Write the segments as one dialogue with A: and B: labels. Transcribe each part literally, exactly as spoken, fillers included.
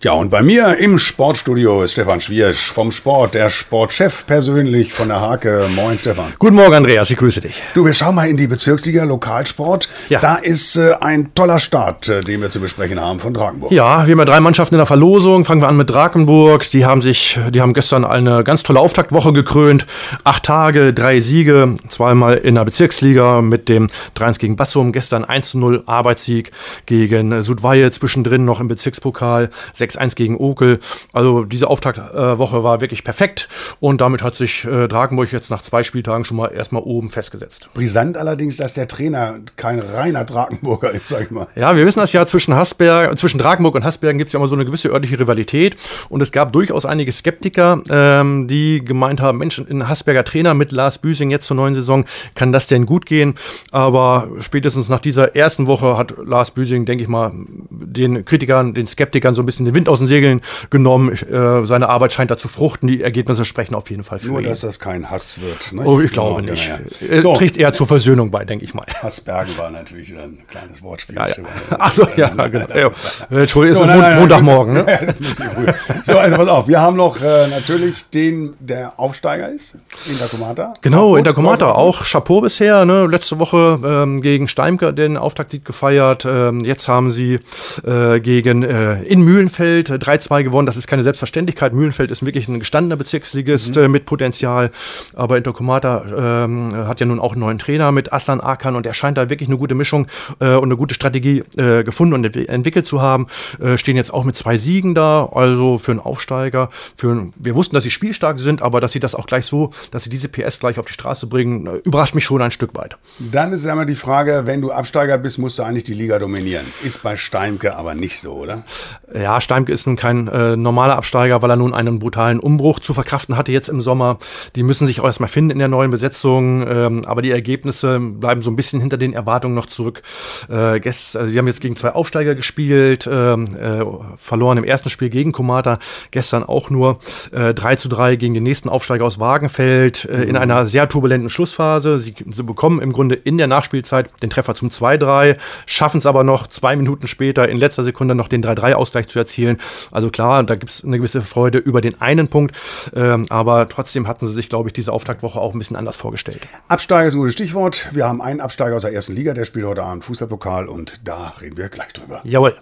A: Ja, und bei mir im Sportstudio ist Stefan Schwiersch vom Sport, der Sportchef persönlich von der Hake. Moin, Stefan.
B: Guten Morgen, Andreas, ich grüße dich.
A: Du, wir schauen mal in die Bezirksliga Lokalsport.
B: Ja.
A: Da ist äh, ein toller Start, äh, den wir zu besprechen haben von Drakenburg.
B: Ja, wir haben ja drei Mannschaften in der Verlosung. Fangen wir an mit Drakenburg. Die haben sich, die haben gestern eine ganz tolle Auftaktwoche gekrönt. Acht Tage, drei Siege, zweimal in der Bezirksliga mit dem drei eins gegen Bassum. Gestern eins zu null Arbeitssieg gegen Sudweihe, zwischendrin noch im Bezirkspokal sechs eins gegen Okel. Also diese Auftaktwoche war wirklich perfekt und damit hat sich äh, Drakenburg jetzt nach zwei Spieltagen schon mal erstmal oben festgesetzt.
A: Brisant allerdings, dass der Trainer kein reiner Drakenburger ist, sag ich mal.
B: Ja, wir wissen das ja, zwischen Hasberg, zwischen Drakenburg und Hasbergen gibt es ja immer so eine gewisse örtliche Rivalität und es gab durchaus einige Skeptiker, ähm, die gemeint haben, Mensch, ein Hasberger Trainer mit Lars Büsing jetzt zur neuen Saison, kann das denn gut gehen? Aber spätestens nach dieser ersten Woche hat Lars Büsing, denke ich mal, den Kritikern, den Skeptikern so ein bisschen den Wind aus den Segeln genommen. Äh, seine Arbeit scheint da zu fruchten. Die Ergebnisse sprechen auf jeden Fall für
A: Nur,
B: ihn.
A: dass das kein Hass wird. Ne?
B: Oh, ich glaube
A: genau,
B: nicht.
A: Ja, ja.
B: Er
A: So.
B: trägt eher zur Versöhnung bei, denke ich mal.
A: Hassbergen war natürlich ein kleines Wortspiel.
B: Ja, ja. Ach so, ja, genau. Ja. Entschuldigung,
A: So,
B: ist
A: nein,
B: es
A: nein,
B: Montagmorgen,
A: nein,
B: ne?
A: Das ist ein bisschen früh. So, also pass auf, wir haben noch äh, natürlich den, der Aufsteiger ist, Intercomata.
B: Genau, Intercomata auch Chapeau bisher. Ne? Letzte Woche ähm, gegen Steimke den Auftaktsieg gefeiert. Ähm, jetzt haben sie äh, gegen äh, in Mühlenfeld drei zwei gewonnen. Das ist keine Selbstverständlichkeit. Mühlenfeld ist wirklich ein gestandener Bezirksligist mhm. äh, mit Potenzial. Aber Intercomata ähm, hat ja nun auch einen neuen Trainer mit Aslan Akan und er scheint da wirklich eine gute Mischung äh, und eine gute Strategie äh, gefunden und ent- entwickelt zu haben. Äh, stehen jetzt auch mit zwei Siegen da. Also für einen Aufsteiger. Für ein, wir wussten, dass sie spielstark sind, aber dass sie das auch gleich so, dass sie diese P S gleich auf die Straße bringen, äh, überrascht mich schon ein Stück weit.
A: Dann ist ja immer die Frage, wenn du Absteiger bist, musst du eigentlich die Liga dominieren. Ist bei Steimke aber nicht so, oder?
B: Ja, Steimke ist nun kein äh, normaler Absteiger, weil er nun einen brutalen Umbruch zu verkraften hatte jetzt im Sommer. Die müssen sich auch erstmal finden in der neuen Besetzung, ähm, aber die Ergebnisse bleiben so ein bisschen hinter den Erwartungen noch zurück. Äh, gest, also sie haben jetzt gegen zwei Aufsteiger gespielt, ähm, äh, verloren im ersten Spiel gegen Komata, gestern auch nur äh, drei zu drei gegen den nächsten Aufsteiger aus Wagenfeld äh, in einer sehr turbulenten Schlussphase. Sie, sie bekommen im Grunde in der Nachspielzeit den Treffer zum zwei drei, schaffen es aber noch zwei Minuten später in letzter Sekunde noch den drei drei Ausgleich zu erzielen. Also klar, da gibt es eine gewisse Freude über den einen Punkt, ähm, aber trotzdem hatten sie sich, glaube ich, diese Auftaktwoche auch ein bisschen anders vorgestellt.
A: Absteiger ist ein gutes Stichwort. Wir haben einen Absteiger aus der ersten Liga, der spielt heute Abend Fußballpokal und da reden wir gleich drüber.
B: Jawohl.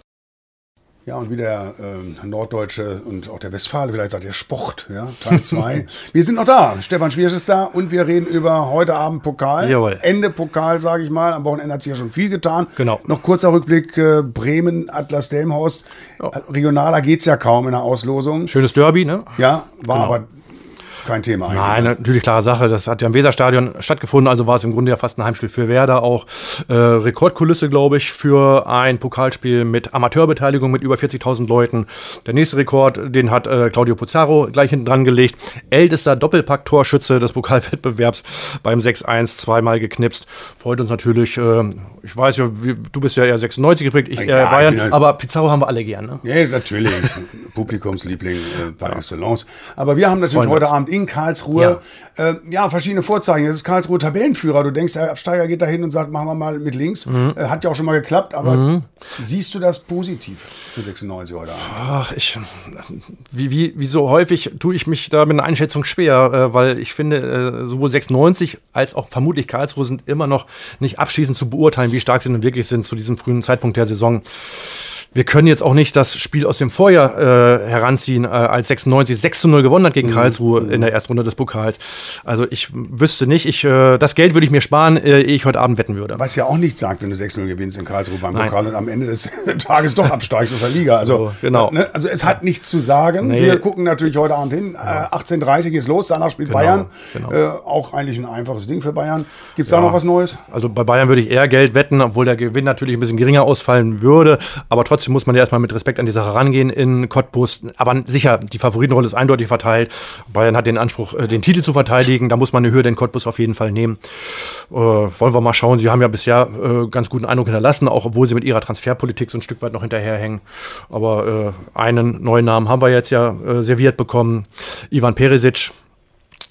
A: Ja, und wie der ähm, Norddeutsche und auch der Westfale, vielleicht sagt der Sport, ja, Teil zwei. Wir sind noch da. Stefan Schwiersch ist da und wir reden über heute Abend Pokal.
B: Jawohl.
A: Ende Pokal, sage ich mal. Am Wochenende hat sich ja schon viel getan.
B: Genau.
A: Noch kurzer Rückblick, äh, Bremen, Atlas Delmenhorst.
B: Ja.
A: Regionaler geht's ja kaum in der Auslosung.
B: Schönes Derby, ne?
A: Ja, war
B: Genau.
A: aber kein Thema eigentlich.
B: Nein, natürlich klare Sache. Das hat ja im Weserstadion stattgefunden, also war es im Grunde ja fast ein Heimspiel für Werder auch. Äh, Rekordkulisse, glaube ich, für ein Pokalspiel mit Amateurbeteiligung mit über vierzigtausend Leuten. Der nächste Rekord, den hat äh, Claudio Pizarro gleich hinten dran gelegt. Ältester Doppelpack-Torschütze des Pokalwettbewerbs beim sechs eins, zweimal geknipst. Freut uns natürlich. Äh, ich weiß ja, wie, du bist ja eher sechsundneunzig geprägt, ich
A: Ja,
B: äh, Bayern,
A: ich bin halt-
B: aber Pizarro haben wir alle gern, ne?
A: Ja, natürlich. Publikumsliebling äh, par excellence. Aber wir haben natürlich
B: Freuen wir
A: heute
B: uns.
A: Abend in Karlsruhe ja. Äh, ja, verschiedene Vorzeichen. Jetzt ist Karlsruhe Tabellenführer. Du denkst, der Absteiger geht da hin und sagt, machen wir mal mit links.
B: Mhm.
A: Äh, hat ja auch schon mal geklappt, aber mhm. siehst du das positiv für sechsundneunzig heute Abend?
B: Ach, ich, wie, wie, wie so häufig tue ich mich da mit einer Einschätzung schwer, äh, weil ich finde, äh, sowohl sechsundneunzig als auch vermutlich Karlsruhe sind immer noch nicht abschließend zu beurteilen, wie stark sie denn wirklich sind zu diesem frühen Zeitpunkt der Saison. Wir können jetzt auch nicht das Spiel aus dem Vorjahr äh, heranziehen, äh, als sechsundneunzig sechs zu null gewonnen hat gegen Karlsruhe in der Erstrunde des Pokals. Also ich wüsste nicht, ich, äh, das Geld würde ich mir sparen, äh, ehe ich heute Abend wetten würde.
A: Was ja auch nichts sagt, wenn du sechs null gewinnst in Karlsruhe beim
B: Nein.
A: Pokal und am Ende des Tages doch absteigst aus der Liga. Also,
B: So, genau.
A: ne, also es hat nichts zu sagen.
B: Nee.
A: Wir gucken natürlich heute Abend hin. Äh, achtzehn Uhr dreißig geht's los, danach spielt
B: Genau,
A: Bayern.
B: genau.
A: Äh, auch eigentlich ein einfaches Ding für Bayern. Gibt's
B: Ja.
A: da noch was Neues?
B: Also bei Bayern würde ich eher Geld wetten, obwohl der Gewinn natürlich ein bisschen geringer ausfallen würde. Aber trotzdem muss man ja erstmal mit Respekt an die Sache rangehen in Cottbus. Aber sicher, die Favoritenrolle ist eindeutig verteilt. Bayern hat den Anspruch, den Titel zu verteidigen. Da muss man eine Hürde in Cottbus auf jeden Fall nehmen. Äh, wollen wir mal schauen. Sie haben ja bisher äh, ganz guten Eindruck hinterlassen, auch obwohl sie mit ihrer Transferpolitik so ein Stück weit noch hinterherhängen. Aber äh, einen neuen Namen haben wir jetzt ja äh, serviert bekommen. Ivan Perisic.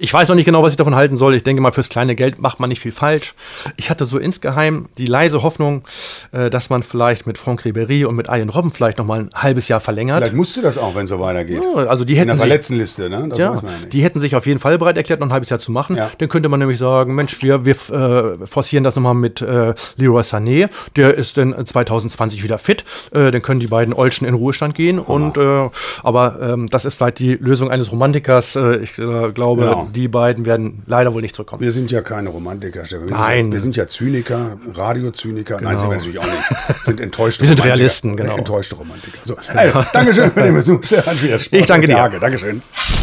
B: Ich weiß noch nicht genau, was ich davon halten soll. Ich denke mal, fürs kleine Geld macht man nicht viel falsch. Ich hatte so insgeheim die leise Hoffnung, äh, dass man vielleicht mit Franck Ribéry und mit Arjen Robben vielleicht noch mal ein halbes Jahr verlängert.
A: Vielleicht musst du das auch, wenn es so weitergeht.
B: Ja, also die hätten
A: in der
B: sich,
A: Verletztenliste, ne? Das
B: ja,
A: weiß man ja nicht.
B: die hätten sich auf jeden Fall bereit erklärt, noch ein halbes Jahr zu machen.
A: Ja.
B: Dann könnte man nämlich sagen, Mensch, wir, wir äh, forcieren das nochmal mit äh, Leroy Sané. Der ist dann zwanzig zwanzig wieder fit. Äh, dann können die beiden Olschen in Ruhestand gehen. Oh. Und, äh, aber ähm, das ist vielleicht die Lösung eines Romantikers. Äh, ich äh, glaube,
A: Genau.
B: die beiden werden leider wohl nicht zurückkommen.
A: Wir sind ja keine Romantiker, Stefan. Wir
B: Nein.
A: Sind ja, wir sind ja Zyniker, Radiozyniker.
B: Genau.
A: Nein, sind wir natürlich auch nicht. Sind enttäuschte
B: Wir sind
A: Romantiker.
B: Realisten, genau.
A: Enttäuschte Romantiker. So, ey, Dankeschön für den Besuch, Stefan Schwierz.
B: Ich danke dir.
A: Dankeschön.